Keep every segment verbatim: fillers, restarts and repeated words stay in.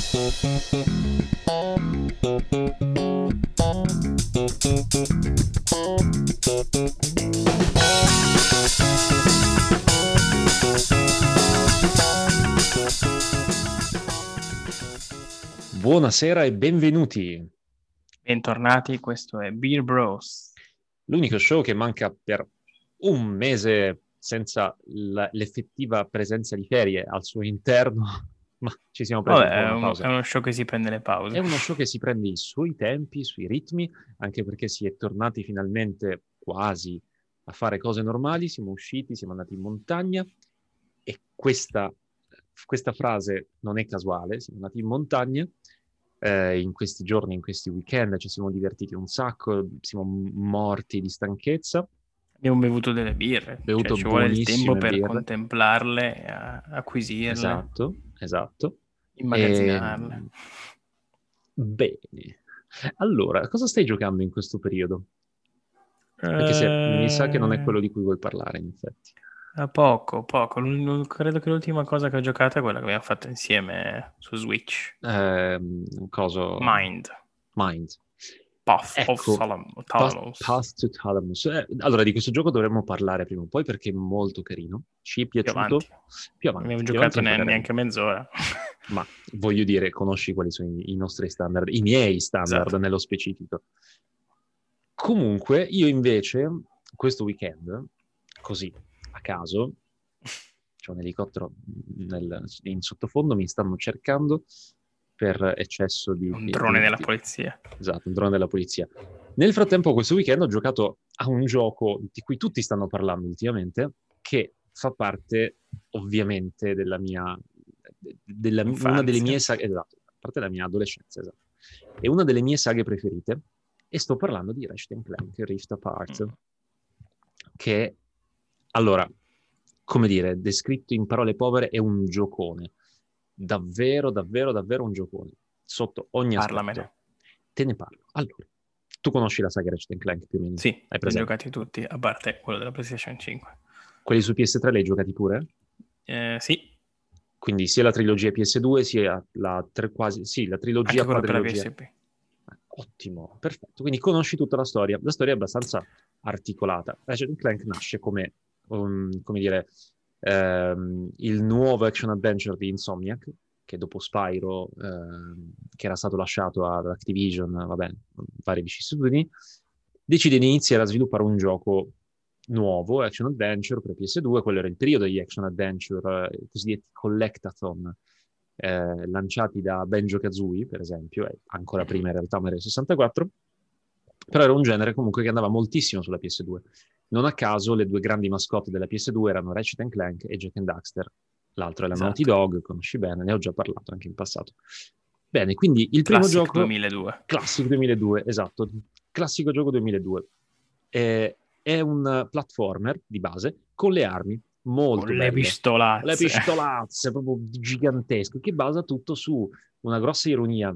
Buonasera e benvenuti. Bentornati, questo è Beer Bros, l'unico show che manca per un mese senza la, l'effettiva presenza di ferie al suo interno, ma ci siamo presi Vabbè, un po' è, una un, pausa. è uno show che si prende le pause. È uno show che si prende i suoi tempi, i suoi ritmi, anche perché si è tornati finalmente quasi a fare cose normali, siamo usciti, siamo andati in montagna e questa, questa frase non è casuale, siamo andati in montagna eh, in questi giorni, in questi weekend, ci siamo divertiti un sacco, siamo morti di stanchezza. Abbiamo bevuto delle birre, Bevuto cioè ci vuole il tempo buonissime per birre. contemplarle, a- acquisirle, Esatto, esatto. E... immagazzinarle. Bene. Allora, cosa stai giocando in questo periodo? Anche se mi sa che non è Eh, quello di cui vuoi parlare, in effetti. poco, poco. L'un- Credo che l'ultima cosa che ho giocato è quella che abbiamo fatto insieme su Switch. Ehm, coso... Mind, Mind. Path of Ecco, Salam- Path, Thalamus. Path to Thalamus. Eh, allora, di questo gioco dovremmo parlare prima o poi perché è molto carino. Ci è Più piaciuto. avanti. Più Non avanti, abbiamo più avanti giocato ne ne- parleremo. neanche mezz'ora. Ma voglio dire, conosci quali sono i, i nostri standard, i miei standard Esatto. nello specifico. Comunque, io invece, questo weekend, così, a caso, c'è un elicottero nel- in sottofondo, mi stanno cercando per eccesso di... Un di- drone di- della di- polizia. Esatto, un drone della polizia. Nel frattempo, questo weekend ho giocato a un gioco di cui tutti stanno parlando ultimamente, che fa parte, ovviamente, della mia... Della, una delle Infanzia. mie saghe... Esatto, parte della mia adolescenza, esatto. È una delle mie saghe preferite, e sto parlando di Ratchet and Clank Rift Apart, Mm. che, allora, come dire, descritto in parole povere, è un giocone. Davvero, davvero, davvero un giocone. Sotto ogni Parlamene. aspetto. Te ne parlo. Allora, tu conosci la saga Ratchet and Clank più o meno? Sì, Hai li ho presente? giocati tutti, a parte quello della PlayStation cinque. Quelli su P S tre li hai giocati pure? Eh, sì, Quindi sia la trilogia P S due, sia la, tre, quasi, sì, la trilogia anche quello per la quadrilogia. P S P. Ottimo, perfetto. Quindi conosci tutta la storia. La storia è abbastanza articolata. Ratchet and Clank nasce come, um, come dire, ehm, il nuovo action adventure di Insomniac, che dopo Spyro, ehm, che era stato lasciato ad Activision, vabbè, varie vicissitudini, decide di iniziare a sviluppare un gioco nuovo, action adventure per P S due. Quello era il periodo degli action adventure, eh, cosiddetti collectathon, eh, lanciati da Banjo-Kazooie, per esempio, e ancora prima in realtà Mario sessantaquattro, però era un genere comunque che andava moltissimo sulla P S due. Non a caso le due grandi mascotte della P S due erano Ratchet and Clank e Jak and Daxter. L'altro è la Esatto. Naughty Dog, conosci bene, ne ho già parlato anche in passato. Bene, quindi il primo Classic gioco... duemiladue. Classic duemiladue, esatto. Classico gioco duemiladue. Eh, è un platformer di base con le armi molto Con belle. le pistolazze. Le pistolazze, proprio gigantesche, che basa tutto su una grossa ironia,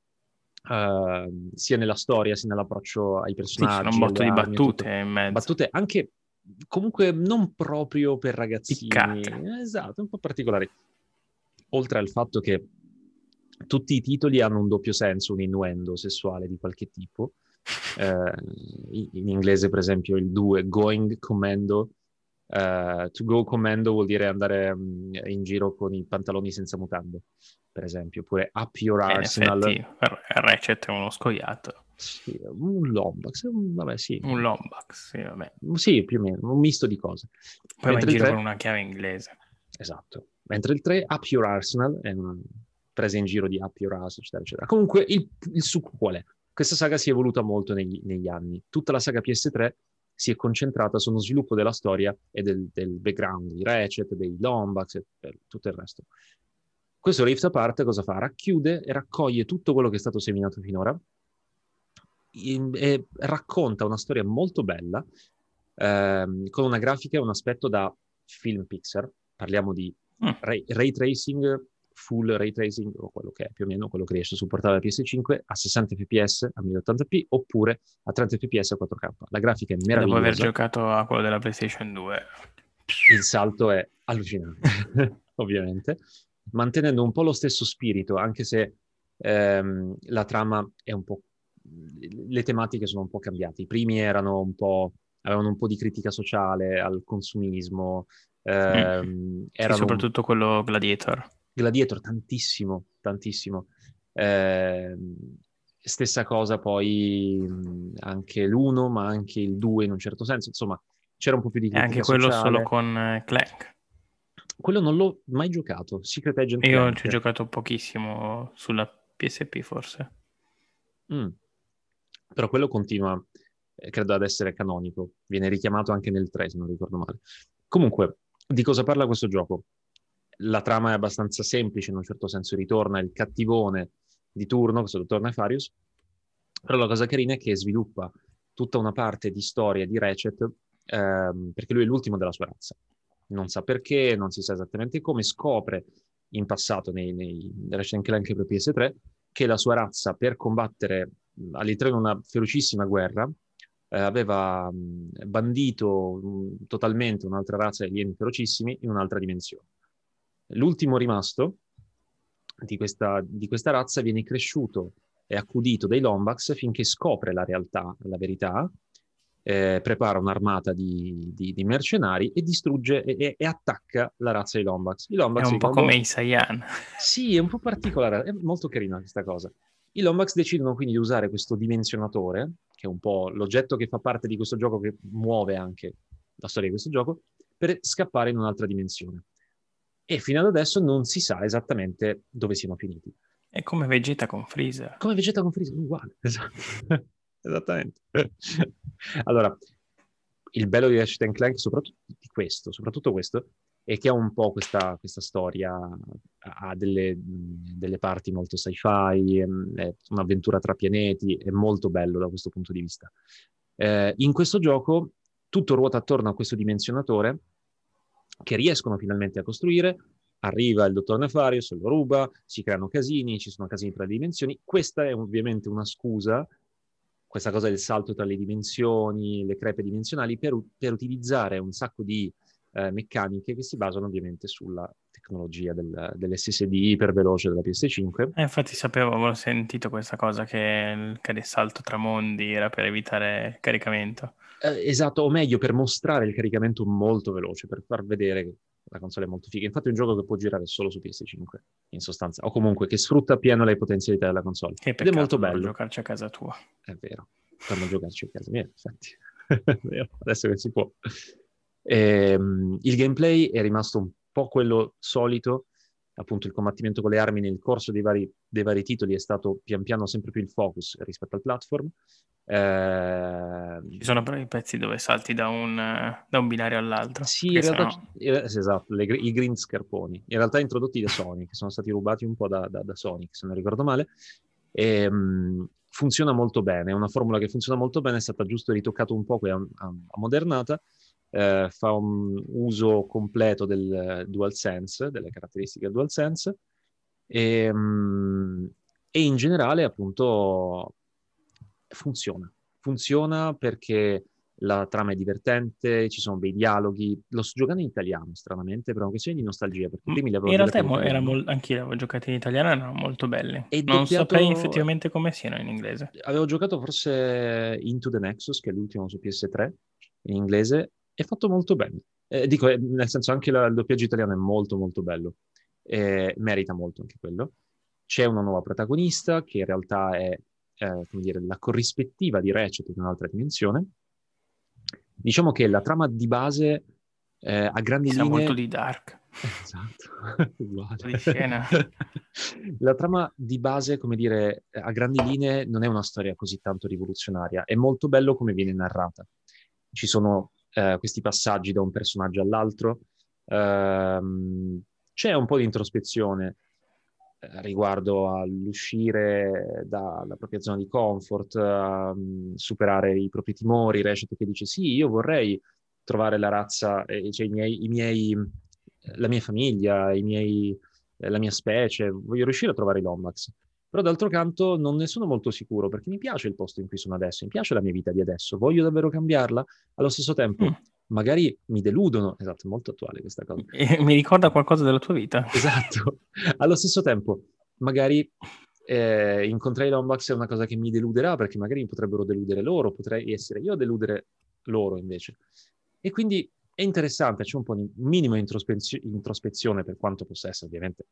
uh, sia nella storia, sia nell'approccio ai Sì, ci sono personaggi, un alle botto di armi, battute tutto. in mezzo. Battute anche, comunque, non proprio per ragazzini. Piccate. Esatto, un po' particolari. Oltre al fatto che tutti i titoli hanno un doppio senso, un innuendo sessuale di qualche tipo. Eh, in inglese, per esempio, il due, going commando. Uh, to go commando vuol dire andare um, in giro con i pantaloni senza mutande, per esempio. Oppure up your Eh, in arsenal. effetti, Ratchet è uno scoiattolo. Sì, un Lombax, un- vabbè, sì. Un Lombax, sì, vabbè. Sì, più o meno, un misto di cose. Poi va in Mentre il giro tre, con una chiave inglese. esatto. Mentre il tre, up your arsenal, è una presa in giro di up your arsenal, eccetera, eccetera. Comunque, il, il succo qual è? Questa saga si è evoluta molto negli, negli anni. Tutta la saga P S tre si è concentrata sullo sviluppo della storia e del, del background di Ratchet, dei Lombax e tutto il resto. Questo Rift Apart cosa fa? Racchiude e raccoglie tutto quello che è stato seminato finora in, e racconta una storia molto bella, ehm, con una grafica e un aspetto da film Pixar. Parliamo di Mm. ray, ray tracing, full ray tracing, o quello che è più o meno quello che riesce a supportare la P S cinque a sessanta F P S a mille ottanta p oppure a trenta F P S a quattro K. La grafica è E dopo aver meravigliosa. giocato a quello della PlayStation due, Il salto è allucinante, ovviamente, mantenendo un po' lo stesso spirito, anche se Ehm, la trama è un po'... Le tematiche sono un po' cambiate. I primi erano un po'... avevano un po' di critica sociale al consumismo, Mm. ehm, Sì, erano... soprattutto quello Gladiator. Gladiator tantissimo, tantissimo. Eh, stessa cosa poi mh, anche l'uno, ma anche il due in un certo senso. Insomma, c'era un po' più di E anche critica quello solo sociale. con eh, Clank. Quello non l'ho mai giocato, Secret Agent Io ci ho Clank. giocato pochissimo sulla P S P forse. Mm. Però quello continua, eh, credo, ad essere canonico. Viene richiamato anche nel tre, se non ricordo male. Comunque, di cosa parla questo gioco? La trama è abbastanza semplice, in un certo senso ritorna il cattivone di turno, questo dottor Nefarious, però la cosa carina è che sviluppa tutta una parte di storia di Ratchet, ehm, perché lui è l'ultimo della sua razza. Non sa perché, non si sa esattamente come, scopre in passato nei, nei Ratchet and Clank per P S tre che la sua razza, per combattere mh, all'interno di una ferocissima guerra, eh, aveva mh, bandito mh, totalmente un'altra razza di alieni ferocissimi in un'altra dimensione. L'ultimo rimasto di questa, di questa razza viene cresciuto e accudito dai Lombax finché scopre la realtà, la verità, eh, prepara un'armata di, di, di mercenari e distrugge e, e attacca la razza dei Lombax. I È Lombax un po' dicono, boh, come i Saiyan. sì, è un po' particolare, è molto carina questa cosa. I Lombax decidono quindi di usare questo dimensionatore, che è un po' l'oggetto che fa parte di questo gioco, che muove anche la storia di questo gioco, per scappare in un'altra dimensione. E fino ad adesso non si sa esattamente dove siano finiti. È come Vegeta con Freezer. Come Vegeta con Freezer, uguale, esatto. Esattamente. Allora, il bello di Ratchet and Clank, soprattutto di questo, soprattutto questo, è che ha un po' questa, questa storia, ha delle, delle parti molto sci-fi, è un'avventura tra pianeti, è molto bello da questo punto di vista. Eh, in questo gioco tutto ruota attorno a questo dimensionatore che riescono finalmente a costruire. Arriva il dottor Nefarious, lo ruba, si creano casini, ci sono casini tra le dimensioni. Questa è ovviamente una scusa, questa cosa del salto tra le dimensioni, le crepe dimensionali, per, per utilizzare un sacco di eh, meccaniche che si basano ovviamente sulla tecnologia del, dell'S S D iperveloce della P S cinque. Eh, infatti sapevo, avevo sentito questa cosa che il che il salto tra mondi era per evitare il caricamento. Eh, esatto, o meglio, per mostrare il caricamento molto veloce, per far vedere che la console è molto figa. Infatti è un gioco che può girare solo su P S cinque, in sostanza, o comunque che sfrutta appieno le potenzialità della console. Che Ed è molto peccato non bello. giocarci a casa tua. È vero, per giocarci a casa mia, infatti. È vero, adesso che si può. Ehm, il gameplay è rimasto un po' quello solito, appunto il combattimento con le armi nel corso dei vari, dei vari titoli è stato pian piano sempre più il focus rispetto al platform. Eh, Ci sono però i pezzi dove salti da un, eh, da un binario all'altro. Sì, in Perché realtà, sennò... eh, esatto, le gr- i green scarponi, in realtà introdotti da Sony, che sono stati rubati un po' da, da, da Sony, se non ricordo male, e mh, funziona molto bene, è una formula che funziona molto bene, è stata giusto ritoccata un po', e ammodernata, eh, fa un uso completo del DualSense, delle caratteristiche del DualSense, e, mh, e in generale appunto funziona, funziona perché la trama è divertente, ci sono bei dialoghi. Lo sto giocando in italiano, stranamente, per una questione di nostalgia, perché i primi li avevo In realtà giocati è in mo- era italiano. mol- anch'io avevo giocato in italiano, erano molto belli. E Non saprei doppiato... effettivamente come siano in inglese. Avevo giocato forse Into the Nexus, che è l'ultimo su P S tre, in inglese, è fatto molto bene. Eh, dico, eh, nel senso, anche la- il doppiaggio italiano è molto, molto bello. Eh, merita molto anche quello. C'è una nuova protagonista, che in realtà è, eh, come dire, la corrispettiva di Ratchet in un'altra dimensione. Diciamo che la trama di base eh, a grandi Mi sa molto linee... di Dark. Esatto, uguale. Di scena. La trama di base, come dire, a grandi linee non è una storia così tanto rivoluzionaria, è molto bello come viene narrata. Ci sono eh, questi passaggi da un personaggio all'altro, ehm, c'è un po' di introspezione eh, riguardo all'uscire dalla propria zona di comfort, a mm, superare i propri timori. Ratchet che dice sì, io vorrei trovare la razza, eh, cioè i miei, i miei, la mia famiglia, i miei, eh, la mia specie, voglio riuscire a trovare i Lombax. Però d'altro canto non ne sono molto sicuro perché mi piace il posto in cui sono adesso, mi piace la mia vita di adesso, voglio davvero cambiarla. Allo stesso tempo, Mm. magari mi deludono. Esatto, è molto attuale questa cosa. E mi ricorda qualcosa della tua vita. Esatto. Allo stesso tempo, magari eh, incontrare i Lombax è una cosa che mi deluderà, perché magari mi potrebbero deludere loro, potrei essere io a deludere loro invece. E quindi è interessante, c'è un po' di un minimo introspezio- introspezione, per quanto possa essere ovviamente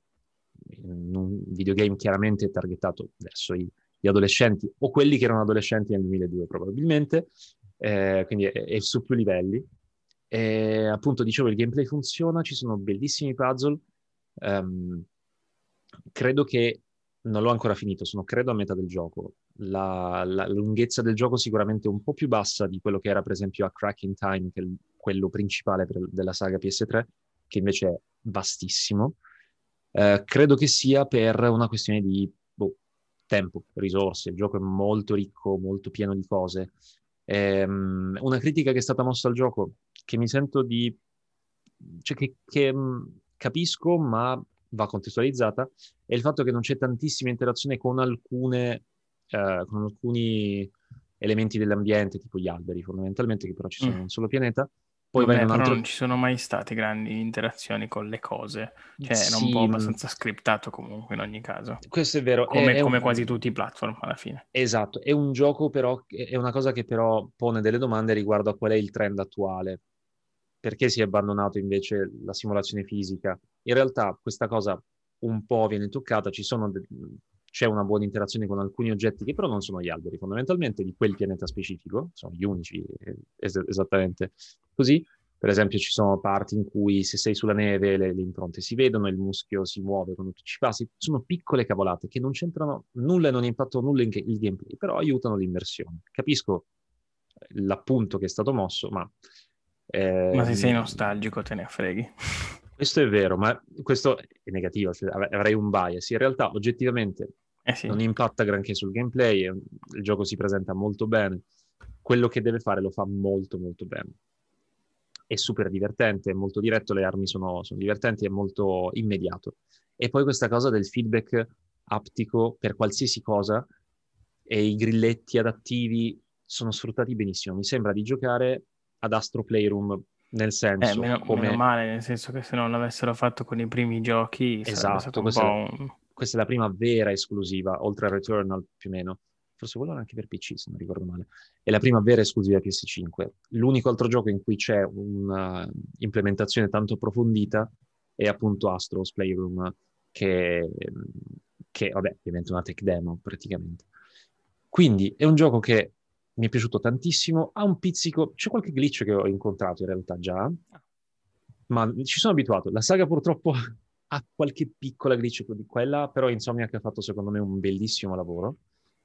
in un videogame chiaramente targetato verso i, gli adolescenti, o quelli che erano adolescenti nel duemiladue probabilmente, eh, quindi è, è su più livelli. E, appunto, dicevo, il gameplay funziona, ci sono bellissimi puzzle. Ehm, credo che non l'ho ancora finito, sono credo a metà del gioco. La, la lunghezza del gioco sicuramente è un po' più bassa di quello che era per esempio a Crack in Time, che è il- quello principale per- della saga P S tre, che invece è vastissimo. Eh, credo che sia per una questione di boh, tempo, risorse. Il gioco è molto ricco, molto pieno di cose. Ehm, una critica che è stata mossa al gioco, che mi sento di... cioè che, che, mh, capisco, ma va contestualizzata, è il fatto che non c'è tantissima interazione con alcune, eh, con alcuni elementi dell'ambiente, tipo gli alberi, fondamentalmente, che però ci sono Mm. in un solo pianeta. Poi va in Vabbè, un però altro... non ci sono mai state grandi interazioni con le cose, cioè era un po' Sì, mh, abbastanza scriptato comunque in ogni caso, questo è vero, è, come, è come un... quasi tutti i platform alla fine. Esatto, è un gioco però, è una cosa che però pone delle domande riguardo a qual è il trend attuale. Perché si è abbandonato invece la simulazione fisica? In realtà questa cosa un po' viene toccata, ci sono de- c'è una buona interazione con alcuni oggetti che però non sono gli alberi, fondamentalmente di quel pianeta specifico, sono gli unici, eh, es- esattamente così. Per esempio ci sono parti in cui se sei sulla neve le, le impronte si vedono, il muschio si muove quando tu ci passi, sono piccole cavolate che non c'entrano nulla e non impattano nulla in che- il gameplay, però aiutano l'immersione. Capisco l'appunto che è stato mosso, ma Ma se sei ehm, nostalgico te ne freghi. questo è vero, ma questo è negativo, cioè av- avrei un bias. In realtà, oggettivamente, Eh sì, non impatta granché sul gameplay, è un- il gioco si presenta molto bene, quello che deve fare lo fa molto molto bene. È super divertente, è molto diretto, le armi sono, sono divertenti, è molto immediato. E poi questa cosa del feedback aptico per qualsiasi cosa e i grilletti adattivi sono sfruttati benissimo. Mi sembra di giocare ad Astro Playroom, nel eh, senso meno, meno come male, nel senso che se non l'avessero fatto con i primi giochi sarebbe stato esatto, un questa è po' la, un... questa è la prima vera esclusiva, oltre a Returnal più o meno. Forse quello era anche per P C, se non ricordo male. È la prima vera esclusiva P S cinque. L'unico altro gioco in cui c'è un'implementazione tanto approfondita è appunto Astro's Playroom, che, che vabbè, diventa una tech demo praticamente. Quindi è un gioco che mi è piaciuto tantissimo, ha un pizzico, c'è qualche glitch che ho incontrato in realtà già, ma ci sono abituato. La saga purtroppo ha qualche piccola glitch di quella, però Insomniac ha fatto secondo me un bellissimo lavoro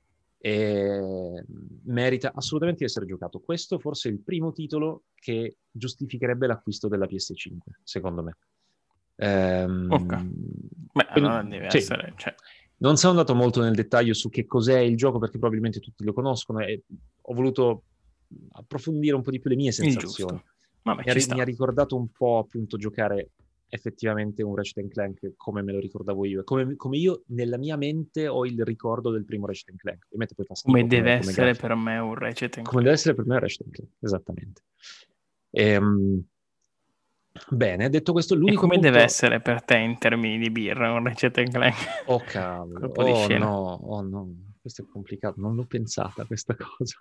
e merita assolutamente di essere giocato. Questo forse è il primo titolo che giustificherebbe l'acquisto della P S cinque, secondo me. Ok, Ehm, beh allora quindi, deve sì, essere, cioè, non sono andato molto nel dettaglio su che cos'è il gioco perché probabilmente tutti lo conoscono e ho voluto approfondire un po' di più le mie il sensazioni. giusto. Vabbè, Mi ha, ci ri- mi ha sta. ricordato un po' appunto giocare effettivamente un Ratchet and Clank come me lo ricordavo io, come, come io nella mia mente ho il ricordo del primo Ratchet and Clank. Ovviamente poi fa Come schifo come, deve come essere grafica, per me un Ratchet and come deve Clank. essere per me Ratchet and Clank, esattamente. Ehm, bene, detto questo, E l'unico come deve punto... essere per te in termini di birra un Ratchet and Clank? Oh cavolo, Colpo di oh scena. no, oh no, questo è complicato, non l'ho pensata questa cosa.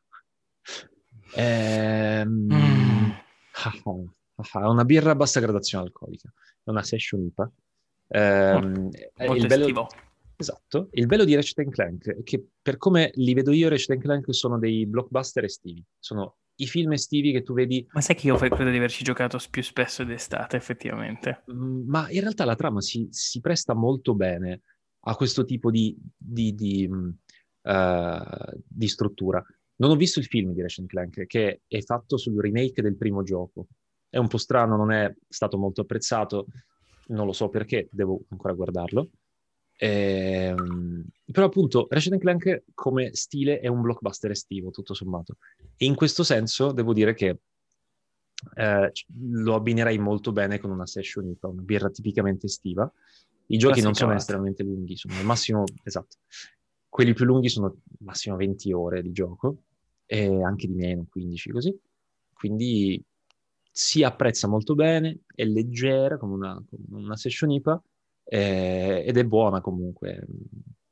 Ehm, Mm, ah, ah, ah, una birra a bassa gradazione alcolica, è una session I P A. molto, Ehm, eh, il molto bello, estivo. esatto, il bello di Ratchet and Clank è che per come li vedo io, Ratchet and Clank sono dei blockbuster estivi, sono i film estivi che tu vedi. Ma sai che io poi credo di averci giocato più spesso d'estate, effettivamente. Mm, ma in realtà la trama si, si presta molto bene a questo tipo di, di, di, mh, eh, di struttura. Non ho visto il film di Ratchet and Clank, che è fatto sul remake del primo gioco. È un po' strano, non è stato molto apprezzato, non lo so perché, devo ancora guardarlo. Ehm, però appunto Ratchet and Clank come stile è un blockbuster estivo, tutto sommato. E in questo senso devo dire che eh, lo abbinerei molto bene con una session I P A, una birra tipicamente estiva. I giochi non Classiche sono cavate. estremamente lunghi, sono al massimo, esatto, quelli più lunghi sono al massimo venti ore di gioco, e anche di meno, quindici così. Quindi si apprezza molto bene, è leggera come una, come una session I P A, eh, ed è buona comunque.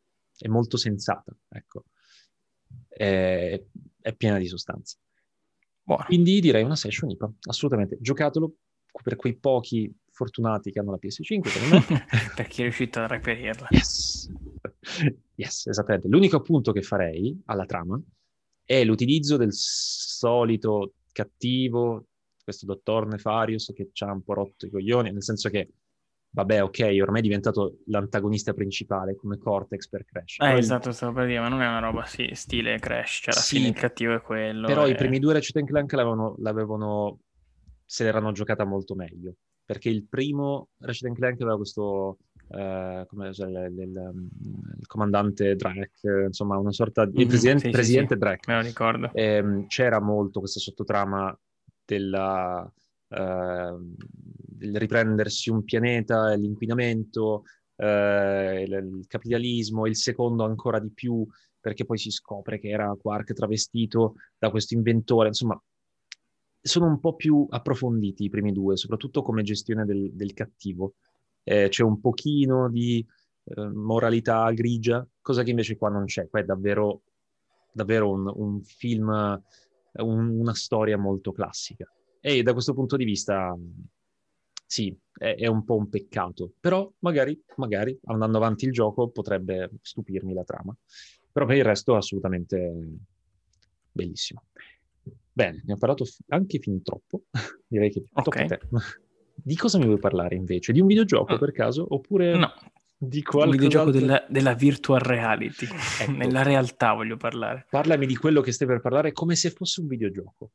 è molto sensata, ecco. È, è piena di sostanza. Buono. Quindi direi una session I P A, assolutamente. Giocatelo per quei pochi fortunati che hanno la P S cinque, come me. Per chi è riuscito a reperirla. Yes! Yes, esattamente. L'unico appunto che farei alla trama è l'utilizzo del solito cattivo, questo dottor Nefarious che ci ha un po' rotto i coglioni, nel senso che, vabbè, ok, ormai è diventato l'antagonista principale come Cortex per Crash. Eh, Però il- esatto, stavo per dire, ma non è una roba sì, stile Crash, cioè alla fine Sì, il cattivo è quello. però e... i primi due Ratchet and Clank l'avevano, l'avevano, se l'erano giocata molto meglio, perché il primo Ratchet and Clank aveva questo, eh, come cioè, il, il- il comandante Drake, eh, insomma una sorta di il Mhm, presidente, sì, sì, sì, presidente Drake. me lo ricordo. Ehm, c'era molto questa sottotrama della, ehm, del riprendersi un pianeta, l'inquinamento, eh, il, il capitalismo, il secondo ancora di più, perché poi si scopre che era Quark travestito da questo inventore, insomma, sono un po' più approfonditi i primi due, soprattutto come gestione del, del cattivo. Eh, c'è un pochino di eh, moralità grigia, cosa che invece qua non c'è. Qua è davvero, davvero un, un film, un- una storia molto classica. E da questo punto di vista, sì, è, è un po' un peccato. Però magari, magari, andando avanti il gioco, potrebbe stupirmi la trama. Però per il resto assolutamente bellissimo. Bene, ne ho parlato f- anche fin troppo. Direi che Ok. tocca a te. Di cosa mi vuoi parlare invece? Di un videogioco Mm, per caso? Oppure No, di un videogioco qualcos'altro? della, della virtual reality. Ecco, Nella realtà voglio parlare. parlami di quello che stai per parlare come se fosse un videogioco.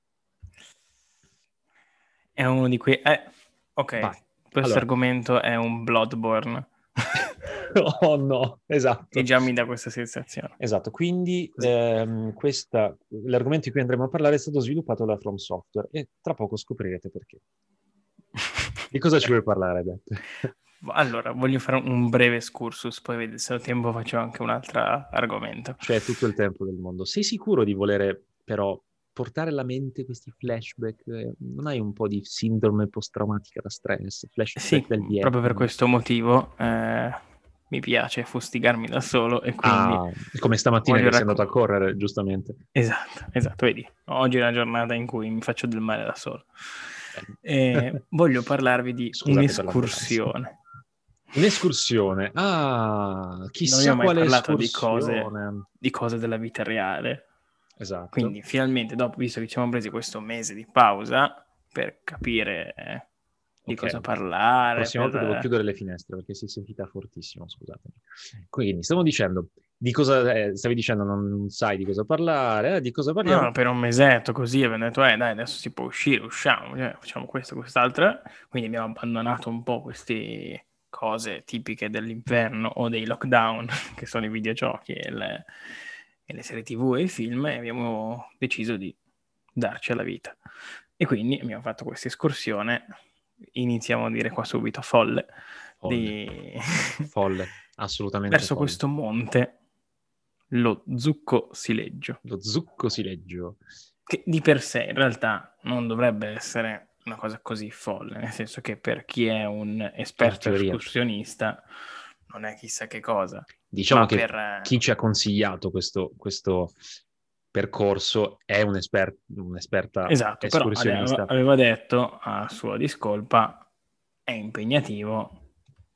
È uno di quei... Eh, ok, Vai. questo Allora, argomento è un Bloodborne. oh no, E esatto. già mi dà questa sensazione. Esatto, quindi Così. ehm, questa, l'argomento di cui andremo a parlare è stato sviluppato da From Software e tra poco scoprirete perché. Di cosa ci vuoi parlare, Beppe? Allora, voglio fare un breve excursus, poi vedi, se ho tempo faccio anche un altro argomento. C'è tutto il tempo del mondo. Sei sicuro di volere però portare alla mente questi flashback? Eh, Non hai un po' di sindrome post-traumatica da stress, Sì, flashback del proprio per Vietnam? questo motivo eh, mi piace fustigarmi da solo e quindi Ah, come stamattina voglio che sei andato a raccontare. correre, giustamente. Esatto, esatto, vedi, oggi è una giornata in cui mi faccio del male da solo. Bene. E voglio parlarvi di Scusate per l'ambulanza. un'escursione. Un'escursione. Ah, Non abbiamo chissà mai quale parlato di cose, escursione. di cose della vita reale. Esatto. Quindi finalmente, dopo, visto che ci siamo presi questo mese di pausa per capire eh, di Ok. cosa La parlare, prossima per... volta devo chiudere le finestre perché si è sentita fortissimo, scusatemi. Quindi, stavo dicendo, di cosa, eh, stavi dicendo, non sai di cosa parlare, eh, di cosa No, parliamo? per un mesetto così abbiamo detto, eh dai, adesso si può uscire, usciamo, cioè, facciamo questo, quest'altro. Quindi abbiamo abbandonato un po' queste cose tipiche dell'inverno o dei lockdown, che sono i videogiochi e le, e le serie T V e i film, e abbiamo deciso di darci alla vita. E quindi abbiamo fatto questa escursione, iniziamo a dire qua subito, folle, Folle, di... folle, assolutamente verso folle. questo monte, lo Zucco Sileggio. Lo zucco sileggio. Che di per sé in realtà non dovrebbe essere una cosa così folle, nel senso che per chi è un In esperto teoria. escursionista non è chissà che cosa, Diciamo ma che per... eh, chi ci ha consigliato questo, questo percorso è un esper- un'esperta Esatto, però ade- escursionista. aveva detto a sua discolpa è impegnativo,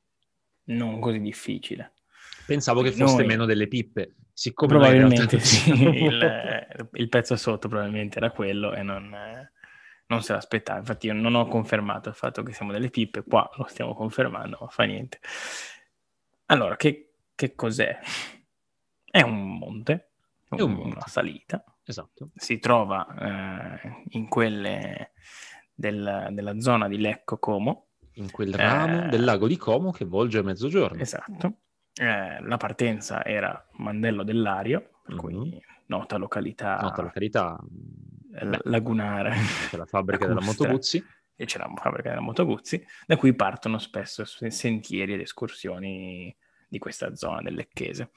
non così difficile. Pensavo che Quindi foste noi, meno delle pippe, siccome noi in realtà probabilmente non sì, siamo. il, il pezzo sotto probabilmente era quello e non, eh, non se l'aspettava. Infatti io non ho confermato il fatto che siamo delle pippe, qua lo stiamo confermando, ma fa niente. Allora, che, che cos'è? È un monte, È un una monte, salita, esatto. si trova eh, in quelle del- della zona di Lecco Como. In quel ramo del Eh, lago di Como che volge a mezzogiorno. esatto. Eh, la partenza era Mandello dell'Ario, per Mhm. cui nota Nota località località, eh, beh, lagunare, c'è la fabbrica della Moto lacustre, Guzzi, e c'è la fabbrica della Moto Guzzi, da cui partono spesso sentieri ed escursioni di questa zona del Lecchese.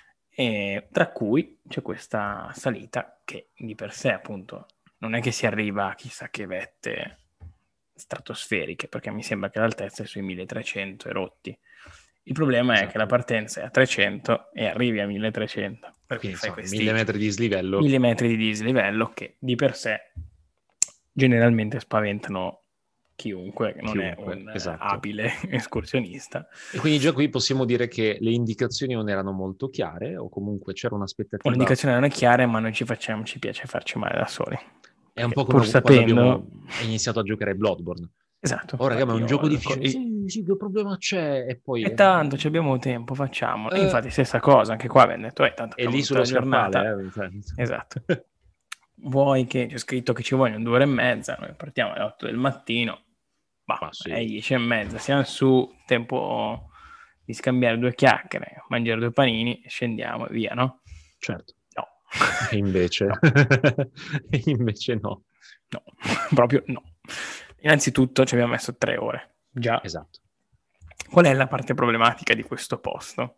E tra cui c'è questa salita che di per sé appunto non è che si arriva a chissà che vette stratosferiche, perché mi sembra che l'altezza è sui milletrecento e rotti. Il problema esatto. è che la partenza è a trecento e arrivi a milletrecento. Per Quindi, cui fai insomma, questi mille metri di dislivello. mille metri di dislivello che di per sé generalmente spaventano chiunque che non Chiunque, è un esatto. abile escursionista. E quindi già qui possiamo dire che le indicazioni non erano molto chiare, o comunque c'era un'aspettativa. Le indicazioni erano chiare, ma noi ci facciamo, ci piace farci male da soli. È un Perché po' come pur quando sapendo... abbiamo iniziato a giocare a Bloodborne. Esatto. Oh, raga, ma è un io, gioco difficile. i- Sì, sì, che problema c'è? E poi... E tanto ci abbiamo tempo, facciamo. E Eh, infatti stessa cosa, anche qua abbiamo detto, eh, tanto è abbiamo lì tutta sullo la giornata. scaffale, eh? Cioè, Esatto. Vuoi che c'è scritto che ci vogliono due ore e mezza, noi partiamo alle otto del mattino, ma Ma sì. è dieci e mezza, siamo su, tempo di scambiare due chiacchiere, mangiare due panini e scendiamo e via, no? Certo. No. E invece... No. e invece no. No, proprio no. Innanzitutto ci abbiamo messo tre ore. Già. Esatto. Qual è la parte problematica di questo posto?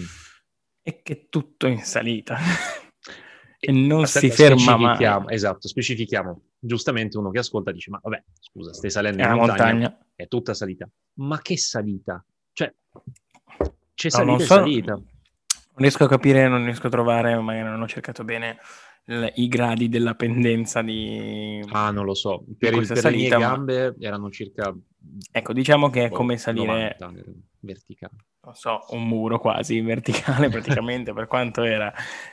È che tutto in salita. E non Aspetta, si ferma mai. specifichiamo, esatto, specifichiamo. Giustamente uno che ascolta dice, ma vabbè, scusa, stai salendo È in una montagna, montagna. è tutta salita. Ma che salita? Cioè, c'è No, salita non e so, salita. non riesco a capire, non riesco a trovare, magari non ho cercato bene l- i gradi della pendenza di, Ah, non lo so. di Per, il- questa per le mie salita, ma gambe erano circa ecco, diciamo che è boh, come salire, novanta verticali. non so, un muro quasi verticale praticamente, per quanto era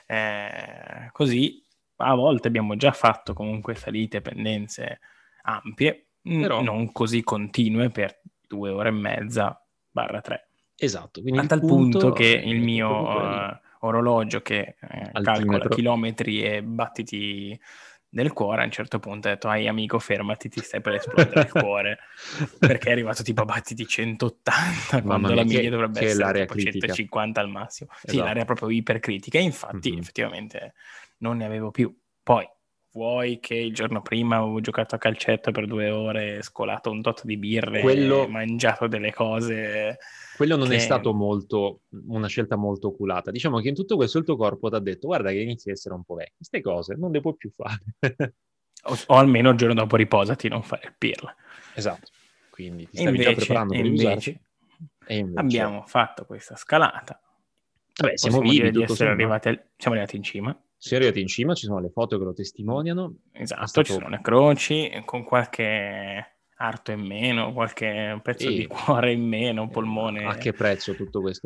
eh, così. A volte abbiamo già fatto comunque salite, pendenze ampie, n- Però, non così continue per due ore e mezza barra tre. esatto, quindi A il tal punto punto che è, il è proprio mio quello. eh, orologio che eh, calcola Altimetro. chilometri e battiti del cuore, a un certo punto ha detto, ai amico, fermati, ti stai per esplodere il cuore, perché è arrivato tipo a battiti centottanta, Mamma quando mia, la media che, dovrebbe che è essere l'area tipo critica. centocinquanta al massimo. Sì, Esatto. l'area proprio ipercritica, e infatti Mhm. effettivamente non ne avevo più. Poi, vuoi che il giorno prima avevo giocato a calcetto per due ore, scolato un tot di birre, Quello, mangiato delle cose... quello non è che... stato molto, una scelta molto oculata. Diciamo che in tutto questo il tuo corpo ti ha detto, guarda che inizi a essere un po' vecchio, queste cose non le puoi più fare. O, o almeno il giorno dopo riposati, non fare il pirla. Esatto, quindi ti E stavi già invece, preparando e per invece riusarti. E invece, abbiamo fatto questa scalata. vabbè, siamo Possiamo vivi, dire di tutto essere sommato. arrivati, al... siamo arrivati in cima. Siamo arrivati in cima, ci sono le foto che lo testimoniano. È Esatto, stato... ci sono le croci, con qualche arto in meno, qualche pezzo E... di cuore in meno, un eh, polmone. a che prezzo tutto questo?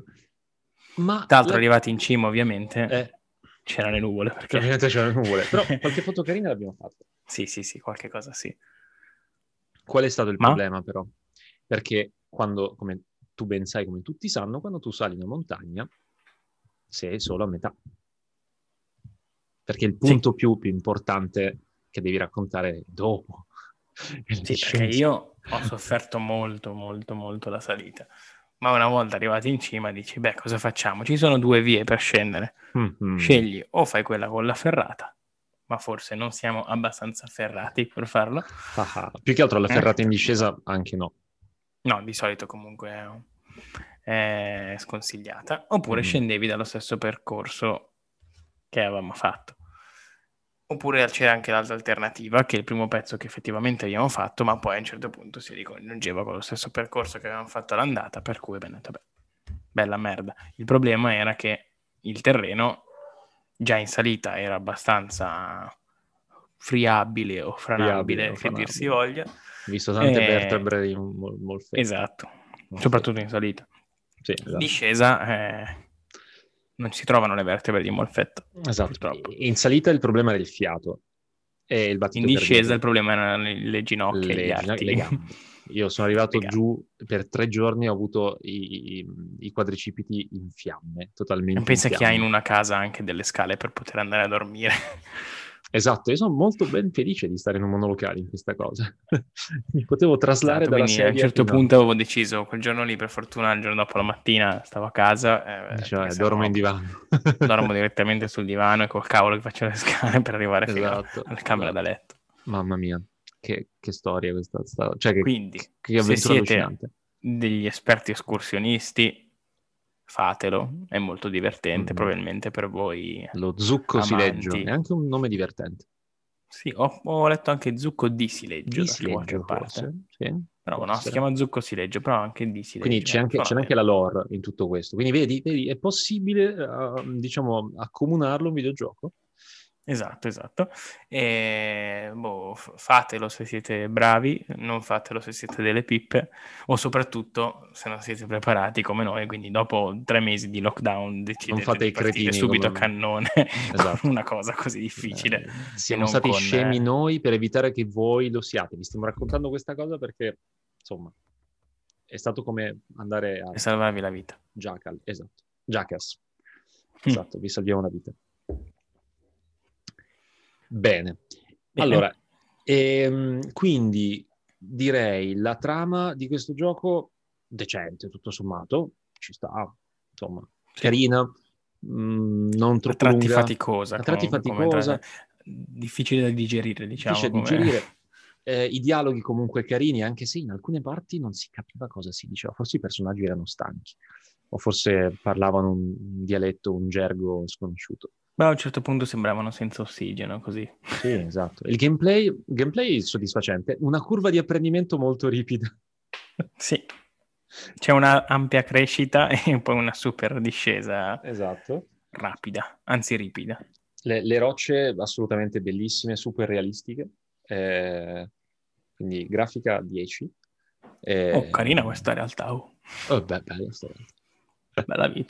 Ma Tra l'altro, la... arrivati in cima, ovviamente, eh, c'erano le nuvole. Perché... ovviamente c'erano le nuvole, però qualche foto carina l'abbiamo fatta. Sì, sì, sì, qualche cosa sì. Qual è stato il Ma? problema, però? Perché quando, come tu ben sai, come tutti sanno, quando tu sali una montagna, sei solo a metà. Perché il punto Sì. più, più importante che devi raccontare è dopo. È la Sì, perché discendenza. io ho sofferto molto, molto, molto la salita. Ma una volta arrivati in cima dici, beh, cosa facciamo? Ci sono due vie per scendere. Mm-hmm. Scegli o fai quella con la ferrata, ma forse non siamo abbastanza ferrati per farlo. Ah, più che altro la ferrata Eh? in discesa anche no. No, di solito comunque è sconsigliata. Oppure Mm-hmm. scendevi dallo stesso percorso che avevamo fatto. Oppure c'era anche l'altra alternativa, che è il primo pezzo che effettivamente abbiamo fatto, ma poi a un certo punto si ricongiungeva con lo stesso percorso che avevamo fatto all'andata, per cui abbiamo detto, beh, bella merda. Il problema era che il terreno, già in salita, era abbastanza friabile o franabile, Friabile o che dir si franabile. voglia. Visto tante E... vertebre in mol- molfette. Esatto, Molfette. soprattutto in salita. Sì, In esatto. discesa... Eh... non si trovano le vertebre di molfetto. Esatto. Purtroppo. In salita il problema era il fiato e il battito In discesa cardiaco. il problema erano le, le ginocchia e gli Le, arti. le gambe. Io sono arrivato Le giù per tre giorni e ho avuto i, i, i quadricipiti in fiamme, totalmente Pensa in che hai in fiamme. una casa anche delle scale per poter andare a dormire. Esatto, io sono molto ben felice di stare in un monolocale in questa cosa. Mi potevo traslare Esatto, dalla quindi a un sedia certo fino a... punto avevo deciso, quel giorno lì, per fortuna, il giorno dopo la mattina stavo a casa, eh, Cioè, se dormo no in divano. dormo direttamente sul divano e col cavolo che faccio le scale per arrivare fino Esatto, alla camera esatto. da letto. Mamma mia, che, che storia questa, sta... cioè che, Quindi, che se avventura siete allucinante. degli esperti escursionisti, fatelo, è molto divertente, Mm. probabilmente per voi Lo Zucco Sileggio, amanti. è anche un nome divertente. Sì, ho, ho letto anche Zucco di Sileggio Di da qualche Sileggio, parte. forse, sì. Però Può no, si essere. chiama Zucco si legge, però anche di si Quindi legge. c'è anche, c'è Suona anche bene. la lore in tutto questo. Quindi vedi, vedi, è possibile, eh, diciamo, accomunarlo un videogioco? Esatto, esatto. E, boh, f- fatelo se siete bravi, non fatelo se siete delle pippe, o soprattutto se non siete preparati come noi, quindi dopo tre mesi di lockdown Non decidete fate di i partire cretini subito a come... cannone con Esatto. una cosa così difficile Eh, e siamo non stati con... scemi eh, noi per evitare che voi lo siate. Vi stiamo raccontando questa cosa perché, insomma, è stato come andare a per salvarvi la vita. Jackal, esatto. Jackass. Mm. Esatto, vi salviamo la vita. Bene. Bene. Allora, ehm, quindi direi la trama di questo gioco decente, tutto sommato, ci sta, insomma, Sì. carina, mh, non A troppo tratti lunga, faticosa a tratti comunque, come tra- faticosa, difficile da digerire, diciamo, difficile da come... digerire. Eh, I dialoghi comunque carini, anche se in alcune parti non si capiva cosa si diceva. Forse i personaggi erano stanchi, o forse parlavano un, un dialetto, un gergo sconosciuto. Beh, a un certo punto sembravano senza ossigeno, così. Sì, esatto. Il gameplay, gameplay soddisfacente, una curva di apprendimento molto ripida. Sì, c'è una ampia crescita e poi una super discesa Esatto. rapida, anzi ripida. Le, le rocce assolutamente bellissime, super realistiche. Eh, quindi grafica dieci. Oh, Eh, carina questa realtà, oh. oh, beh, bella sta roba. Bella vita.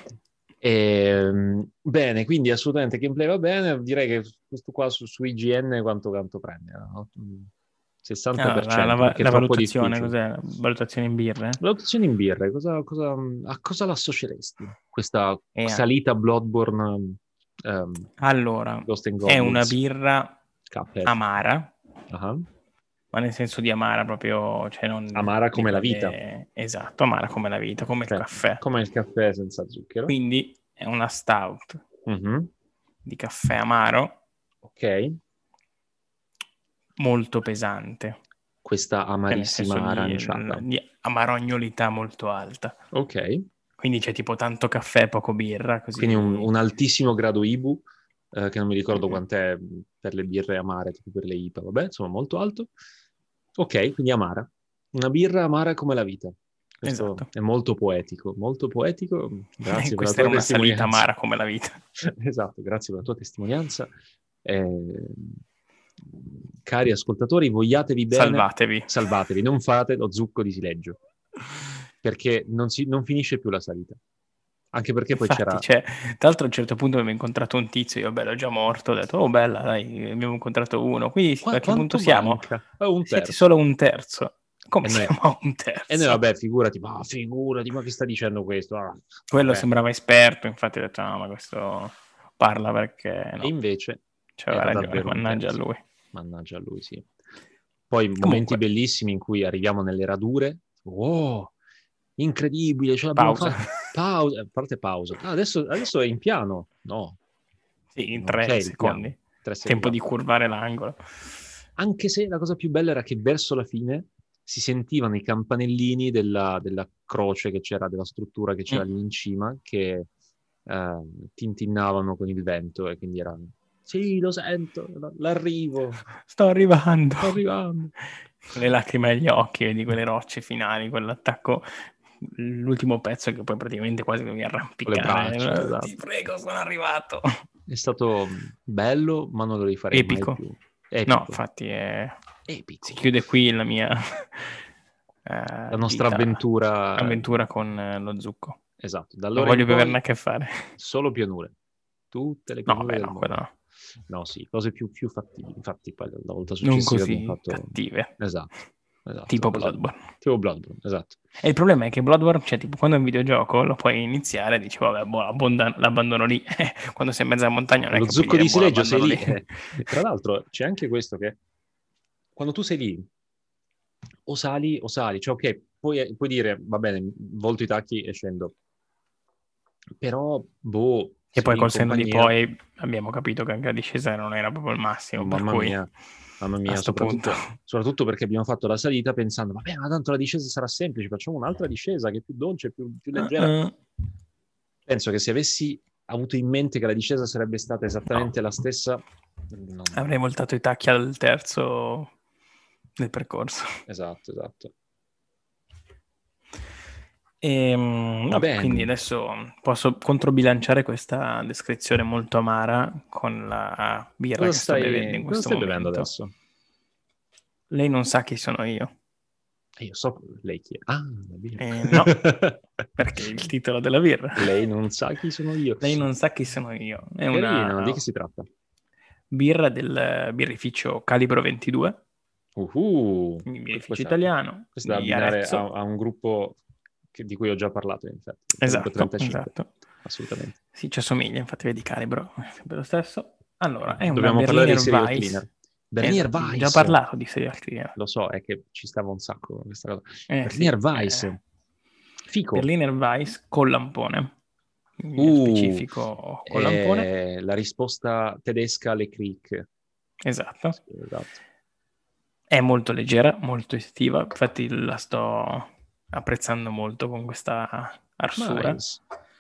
Ehm, bene, quindi assolutamente gameplay va bene. Direi che questo qua su, su I G N quanto, quanto prende? No? Ah, la, la sessanta per cento, va- perché è la troppo valutazione, difficile. cos'è? Valutazione in birre? Valutazione in birre, cosa, cosa, a cosa l'associeresti? Questa E, salita Bloodborne, ehm, allora, Ghost and è una Goblins, birra Cuphead. amara, Ah. ma nel senso di amara proprio, cioè non Amara di come la vita, quelle... Esatto, amara come la vita, come il cioè, caffè. come il caffè senza zucchero. Quindi è una stout Mhm. di caffè amaro, Ok, molto pesante. questa Cioè, nel senso amarissima di, aranciata. di amarognolità molto alta. Ok, Quindi c'è tipo tanto caffè, poco birra, quindi un, così... un altissimo grado Ibu, eh, che non mi ricordo Mm-mm. quant'è per le birre amare, tipo per le I P A, vabbè, insomma molto alto. Ok, quindi amara. Una birra amara come la vita. Questo Esatto. è molto poetico, molto poetico. E Grazie per la questa tua era una salita testimonianza. amara come la vita. Esatto, grazie per la tua testimonianza. Eh, cari ascoltatori, vogliatevi bene, Salvatevi. salvatevi, non fate lo zucco di sileggio, perché non, si, non finisce più la salita. Anche perché poi Infatti, c'era... cioè, tra l'altro a un certo punto avevo incontrato un tizio, io bello già morto, ho detto, oh bella, dai, abbiamo incontrato uno. Quindi Qua, a che punto quanto siamo? manca? È un Siete terzo. solo un terzo. Come E noi, siamo a un e noi terzo? vabbè, figurati, ma figurati, ma che sta dicendo questo? Ah, Quello vabbè. sembrava esperto, infatti ho detto, no, ma questo parla perché E no, invece c'aveva era ragione, davvero un mannaggia a terzo. lui. Mannaggia a lui, sì. Poi momenti Comunque, bellissimi in cui arriviamo nelle radure. Oh, incredibile, ce l'abbiamo pausa. fatta. Pausa, a parte pausa. Ah, adesso, adesso è in piano. No, Sì, in non c'è tre il piano. secondi. Tre secondi. Tempo No. di curvare l'angolo. Anche se la cosa più bella era che verso la fine si sentivano i campanellini della, della croce che c'era, della struttura che c'era Mm. lì in cima, che eh, tintinnavano con il vento e quindi erano, sì, lo sento, l'arrivo, Sto arrivando. sto arrivando. Con le lacrime agli occhi, vedi quelle rocce finali, quell'attacco, l'ultimo pezzo che poi praticamente quasi devi Con le braccia, arrampicare. Ti esatto. prego, sono arrivato. È stato bello, ma non lo rifarei mai Epico. più. No, Epico. infatti è... si Epico. chiude qui la mia La eh, nostra gita, avventura, avventura con eh, lo zucco. esatto, da Non allora in voglio più averne poi a che fare. solo pianure. Tutte le No, pianure vabbè, del no, quello mondo. no. No, sì, cose più, più fattibili. Infatti, poi la volta Non successiva abbiamo così fatto... cattive. Esatto, esatto. Tipo La cosa... Bloodborne. Tipo Bloodborne, esatto. E il problema è che Bloodborne, cioè, tipo, quando è un videogioco lo puoi iniziare e dici, vabbè, boh, abbonda- l'abbandono lì. quando sei in mezzo alla montagna non Con è lo che puoi zucco dire, di boh, sileggio sei l'abbandono lì. lì. eh. Tra l'altro c'è anche questo che quando tu sei lì o sali o sali, cioè ok, puoi, puoi dire, va bene, volto i tacchi e scendo. Però, boh, E sei poi lì in col senno di compagnia, poi abbiamo capito che anche la discesa non era proprio il massimo, per mamma cui mia, mamma a mia, sto punto... soprattutto, soprattutto perché abbiamo fatto la salita pensando, vabbè, ma tanto la discesa sarà semplice, facciamo un'altra discesa che è più dolce, più, più leggera. Uh-uh. Penso che se avessi avuto in mente che la discesa sarebbe stata No, esattamente la stessa, non... avrei voltato i tacchi al terzo del percorso. Esatto, esatto. E, mm, Va vabbè, quindi bene. adesso posso controbilanciare questa descrizione molto amara con la birra Cosa che sto bevendo stai, in cosa questo stai bevendo momento. adesso? Lei non sa chi sono io. Eh, Io so lei chi è. Ah, la birra. Eh, no, perché è il titolo della birra. Lei non sa chi sono io. Lei non sa chi sono io. È Carino, di che una si tratta? birra del birrificio Calibro ventidue, Uh, quindi birrificio questa, italiano questa da di abbinare a, Arezzo. a un gruppo che- di cui ho già parlato, infatti, il calibro Esatto, trentacinque. esatto. Assolutamente. Sì, ci assomiglia, infatti vedi Calibro, è sempre lo stesso. Allora, è una Dobbiamo parlare dei Berliner serial Weiss. killer. Berliner Esatto, abbiamo già Weiss, parlato di serial killer. lo so, è che ci stava un sacco questa cosa. Eh sì, Berliner Weiss, eh, fico. Berliner Weiss con lampone, quindi nello Uh, specifico con lampone. è la risposta tedesca alle Krieg. Esatto. Esatto. È molto leggera, molto estiva, infatti la sto apprezzando molto con questa arsura. Nice.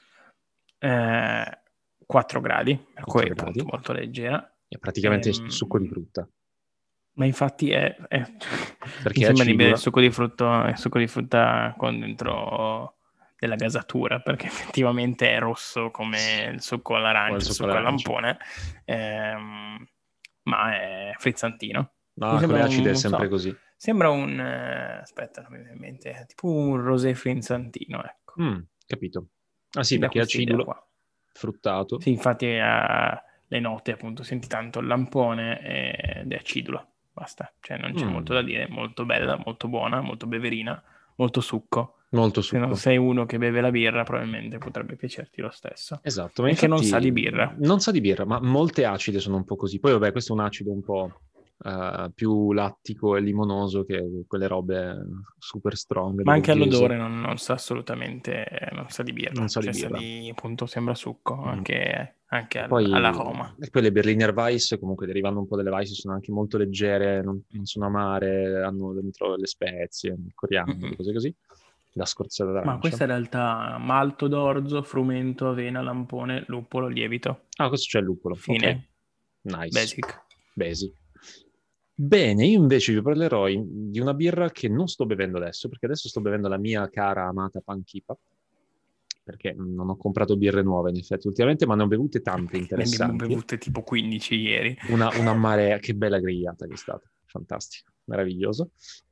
Eh, quattro gradi, per cui quattro è appunto gradi. molto leggera. È praticamente Ehm, succo di frutta. ma infatti è, è- Perché mi è sembra di bere acidula. il succo di frutta, il succo di frutta con dentro della gasatura, perché effettivamente è rosso come il succo Come il all'arancia, il succo succo al all'arancia. lampone, ehm, ma è frizzantino. Mi No, con sembra le un, acide è non sempre so, così. sembra un, eh, aspetta, non mi viene in mente, è tipo un rosé frizzantino, ecco. Mm, capito. Ah sì, Mi dà perché è questa idea acidulo, qua. fruttato. Sì, infatti ha le note, appunto, senti tanto il lampone ed è acidulo, basta, cioè non c'è molto da Mm, dire, molto bella, molto buona, molto beverina, molto succo. molto Se non succo. sei uno che beve la birra, probabilmente potrebbe piacerti lo stesso. Esatto, ma E che non sa infatti di birra. non sa di birra, ma molte acide sono un po' così. Poi vabbè, questo è un acido un po' eh, più lattico e limonoso che quelle robe super strong Ma dello anche Gheso. all'odore non, non sa assolutamente, non sa di Non birra, sa di cioè sa birra. di, appunto, sembra succo, Mm. anche, anche E al- poi, all'aroma. e poi le Berliner Weiss, comunque derivando un po' dalle Weiss, sono anche molto leggere, non, non sono amare, hanno dentro le spezie, il coriandolo, Mm-mm. cose così. La scorzata Ma d'arancia. questa in realtà malto d'orzo, frumento, avena, lampone, luppolo, lievito. Ah, questo c'è il luppolo. Ok, Fine. nice. Basic. Basic. Bene, io invece vi parlerò in- di una birra che non sto bevendo adesso, perché adesso sto bevendo la mia cara amata Panchipa, perché non ho comprato birre nuove in effetti ultimamente, ma ne ho bevute tante Ne abbiamo interessanti. bevute tipo quindici ieri. Una, una marea, che bella grigliata che è stata, fantastico, meraviglioso.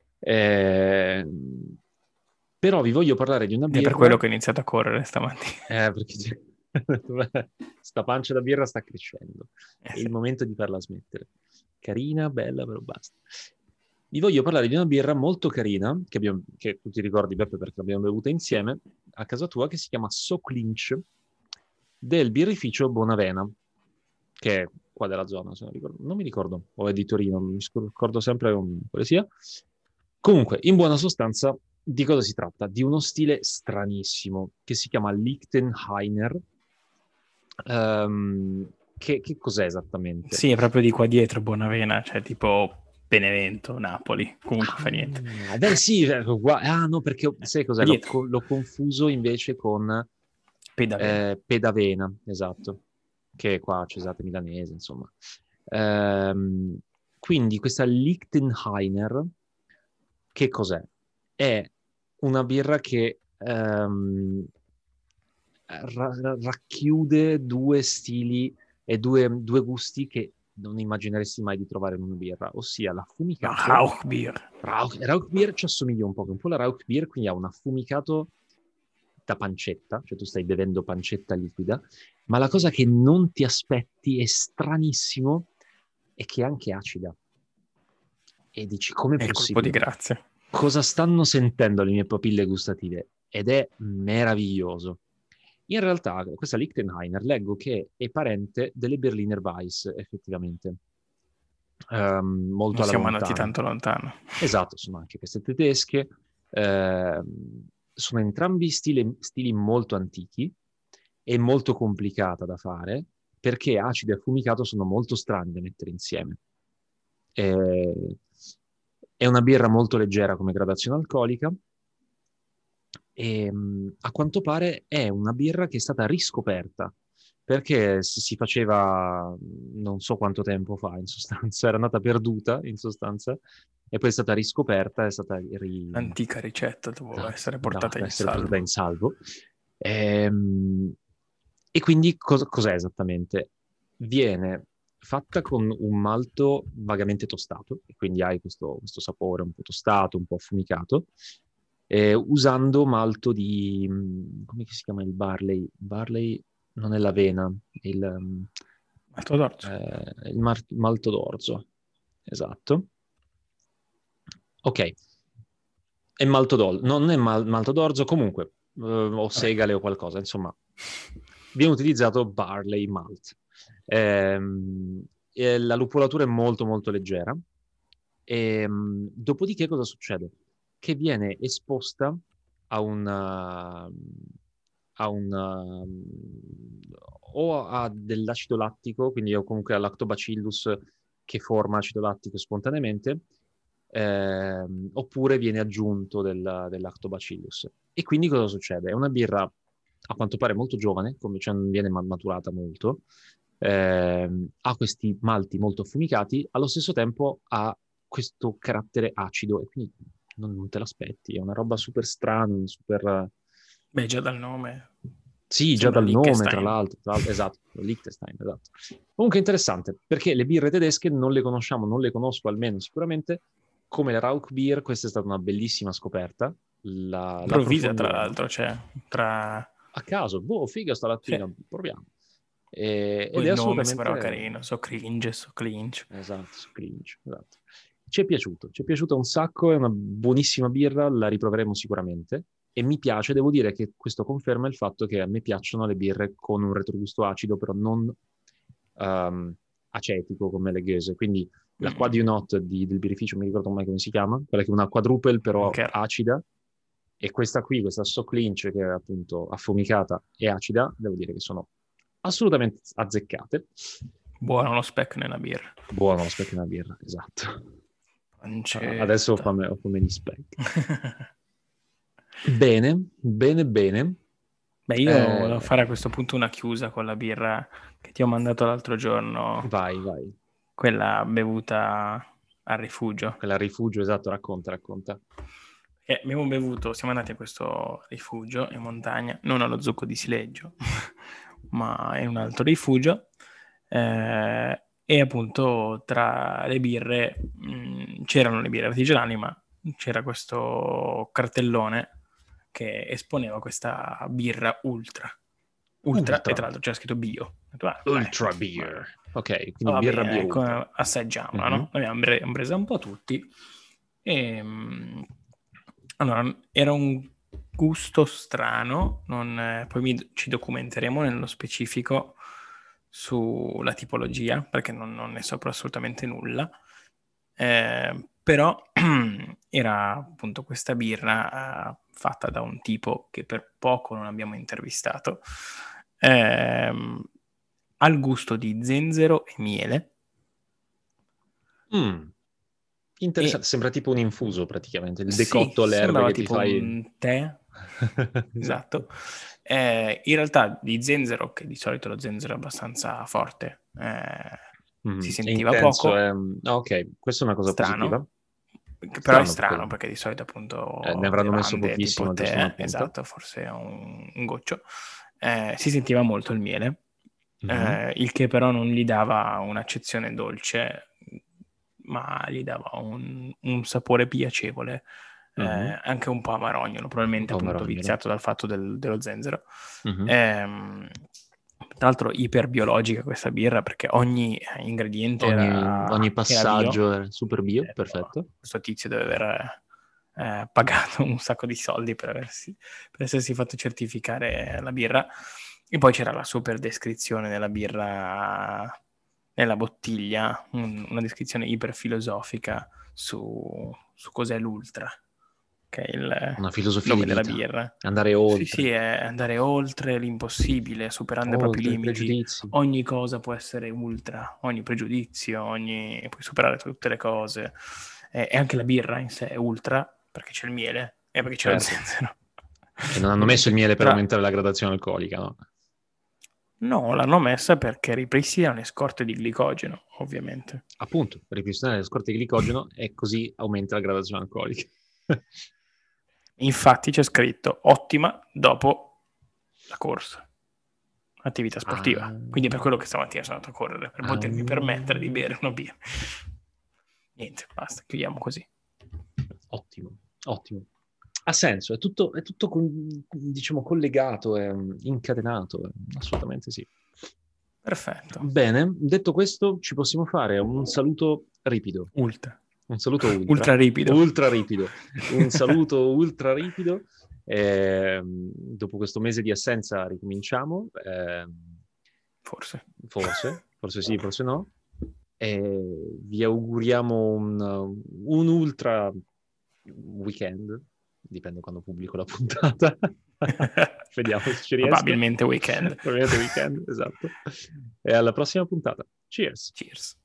Eh, Però vi voglio parlare di una Ed è per birra, quello che ho iniziato a correre stamattina. eh, perché sta pancia da birra sta crescendo, Eh è il sì. momento di farla smettere. Carina, bella, però basta. Vi voglio parlare di una birra molto carina, che, abbiamo, che tu ti ricordi, Beppe, perché l'abbiamo bevuta insieme a casa tua, che si chiama So Clinch, del birrificio Bonavena, che è qua della zona, se non, ricordo. Non mi ricordo, o è di Torino, non mi ricordo sempre um, quale sia. Comunque, in buona sostanza, di cosa si tratta? Di uno stile stranissimo, che si chiama Lichtenheiner. Um, che, che cos'è esattamente? Sì, è proprio di qua dietro, Bonavena, cioè tipo Benevento, Napoli, comunque fa niente. Ah, beh, sì, ecco qua. Ah, no, perché sai cos'è? Qua L'ho, dietro, co- l'ho confuso invece con Pedavena. eh, Pedavena, esatto, che è qua a Cesate Milanese, insomma. Ehm, quindi questa Lichtenheiner, che cos'è? È una birra che ehm, ra- racchiude due stili e due, due gusti che non immagineresti mai di trovare in una birra, ossia Ma l'affumicato. Rauchbier. Rauch, Rauch Beer ci assomiglia un po', un po' la Rauch Beer, quindi ha un affumicato da pancetta, cioè tu stai bevendo pancetta liquida, ma la cosa che non ti aspetti è stranissimo è che è anche acida. E dici, com'è È il colpo di possibile? grazia. Cosa stanno sentendo le mie papille gustative? Ed è meraviglioso. In realtà, questa Lichtenheiner leggo che è parente delle Berliner Weiss, effettivamente, um, molto Non alla siamo andati lontana. tanto lontano. Esatto, sono anche queste tedesche. Eh, sono entrambi stili, stili molto antichi e molto complicata da fare, perché acido e affumicato sono molto strani da mettere insieme. Eh, è una birra molto leggera come gradazione alcolica e mh, a quanto pare è una birra che è stata riscoperta perché si si faceva non so quanto tempo fa, in sostanza, era andata perduta in sostanza e poi è stata riscoperta, è stata ri... L'antica ricetta dopo no, essere portata no, in essere salvo. portata in salvo. Ehm, e quindi cos- cos'è esattamente? Viene fatta con un malto vagamente tostato, e quindi hai questo, questo sapore un po' tostato, un po' affumicato, eh, usando malto di... mh, come si chiama il barley? Barley non è l'avena, è il, um, Malto d'orzo. eh, il mar- malto d'orzo. Esatto. Ok. È malto d'orzo, non è mal- malto d'orzo, comunque, eh, o segale o qualcosa, insomma, viene utilizzato barley malt. Ehm, e la lupolatura è molto molto leggera. Ehm, dopodiché cosa succede? Che viene esposta a una, a una o a dell'acido lattico, quindi o comunque a lactobacillus che forma acido lattico spontaneamente, ehm, oppure viene aggiunto del, del lactobacillus. E quindi cosa succede? È una birra a quanto pare molto giovane, come cioè non viene maturata molto, ehm, ha questi malti molto affumicati, allo stesso tempo ha questo carattere acido e quindi non, non te l'aspetti, è una roba super strana, super... Beh, già dal nome Sì, già sembra dal nome, tra Liechtenstein. l'altro, tra l'altro, esatto, Liechtenstein, esatto. Comunque interessante, perché le birre tedesche non le conosciamo, non le conosco almeno sicuramente, come la Rauch Beer, questa è stata una bellissima scoperta, la, Improvvisa, tra l'approfondiremo. l'altro, cioè, tra... A caso, boh, figa Sì. stamattina, proviamo. E- ed Poi è il nome sembrava assolutamente... carino, so cringe, so clinch. Esatto, su cringe, esatto. Ci è piaciuto, ci è piaciuto un sacco, è una buonissima birra, la riproveremo sicuramente. E mi piace, devo dire che questo conferma il fatto che a me piacciono le birre con un retrogusto acido, però non um, acetico come le Ghese. Quindi la Mm. Quad Not di, del birrificio, non mi ricordo mai come si chiama, quella che è una quadruple però Bunker. acida, e questa qui, questa So Clinch, che è appunto affumicata e acida, devo dire che sono assolutamente azzeccate. Buono lo spec nella birra. Buono lo spec nella birra, esatto. Adesso ho Pancetta. fame, ho fame di spec. Bene, bene, bene. Beh, io volevo Eh, fare a questo punto una chiusa con la birra che ti ho mandato l'altro giorno, vai, vai. quella bevuta al rifugio. Quella rifugio, esatto, racconta, racconta. E abbiamo bevuto, siamo andati a questo rifugio in montagna, non allo Zucco di Sileggio, ma in un altro rifugio. Eh, e appunto tra le birre mh, c'erano le birre artigianali, ma c'era questo cartellone che esponeva questa birra ultra. Ultra, e Ultra. tra l'altro c'era scritto bio. Ho detto, ah, beh, Ultra ma- beer. Ok, quindi va birra bene, bio ecco, ultra. assaggiamola, Mhm. no? Noi abbiamo pre- abbiamo presa un po' tutti. E, mh, allora, era un gusto strano, non, eh, poi mi- ci documenteremo nello specifico sulla tipologia, perché non, non ne saprò assolutamente nulla. Eh, però era appunto questa birra eh, fatta da un tipo che per poco non abbiamo intervistato, ehm, al gusto di zenzero e miele. Mm, interessante, E sembra tipo un infuso praticamente, il sì, decotto alle erbe sembrava che ti tipo fai... un tè, Esatto. esatto. Eh, in realtà di zenzero, che di solito lo zenzero è abbastanza forte, eh, Mm, si è sentiva intenso, è... poco, ah, ok, questa è una cosa positiva. strano, che però è Strano perché strano perché di solito eh, ne appunto avranno messo bevande pochissimo, tipo giusto una tè, punta. esatto, forse un, un goccio, eh, si sentiva molto il miele, Mhm. eh, il che però non gli dava un'accezione dolce, ma gli dava un, un sapore piacevole, Mhm. eh, anche un po' amarognolo, Un probabilmente po' appunto marognolo. viziato dal fatto del- dello zenzero. Mhm. Ehm, Tra l'altro iperbiologica questa birra perché ogni ingrediente Ogni, ogni era, era bio. passaggio è super bio, Eh, perfetto. Questo tizio deve aver eh, pagato un sacco di soldi per, aversi, per essersi fatto certificare la birra. E poi c'era la super descrizione della birra nella bottiglia, un- una descrizione iperfilosofica su, su cos'è l'ultra, che è il Una filosofia nome di della vita, birra. andare Sì, sì, oltre, è andare oltre l'impossibile, superando i propri oltre i limiti. pregiudizi. Ogni cosa può essere ultra, ogni pregiudizio, ogni... puoi superare tutte le cose. E, e anche la birra in sé è ultra, perché c'è il miele e perché c'è lo Certo. zenzero. E non hanno messo Ovviamente. il miele per Però aumentare la gradazione alcolica, no? No, l'hanno messa perché ripristina le scorte di glicogeno, ovviamente. Appunto, ripristinare le scorte di glicogeno e così aumenta la gradazione alcolica. Infatti c'è scritto ottima dopo la corsa, attività sportiva. Ah, Quindi è per quello che stamattina sono andato a correre, per ah, potermi permettere di bere una birra. Niente, basta, chiudiamo così. Ottimo, ottimo. Ha senso, è tutto, è tutto diciamo, collegato, è incatenato, assolutamente sì. Perfetto. Bene, detto questo, ci possiamo fare un saluto ripido. Ultra. Un saluto ultra. Ultra ripido. Ultra ripido. Un saluto ultra ripido. Eh, dopo questo mese di assenza ricominciamo. Eh, forse. Forse, forse sì, forse no. Eh, vi auguriamo un, un ultra weekend. Dipende quando pubblico la puntata. Vediamo se ci riesco. Probabilmente weekend. Probabilmente weekend, esatto. E alla prossima puntata. Cheers. Cheers.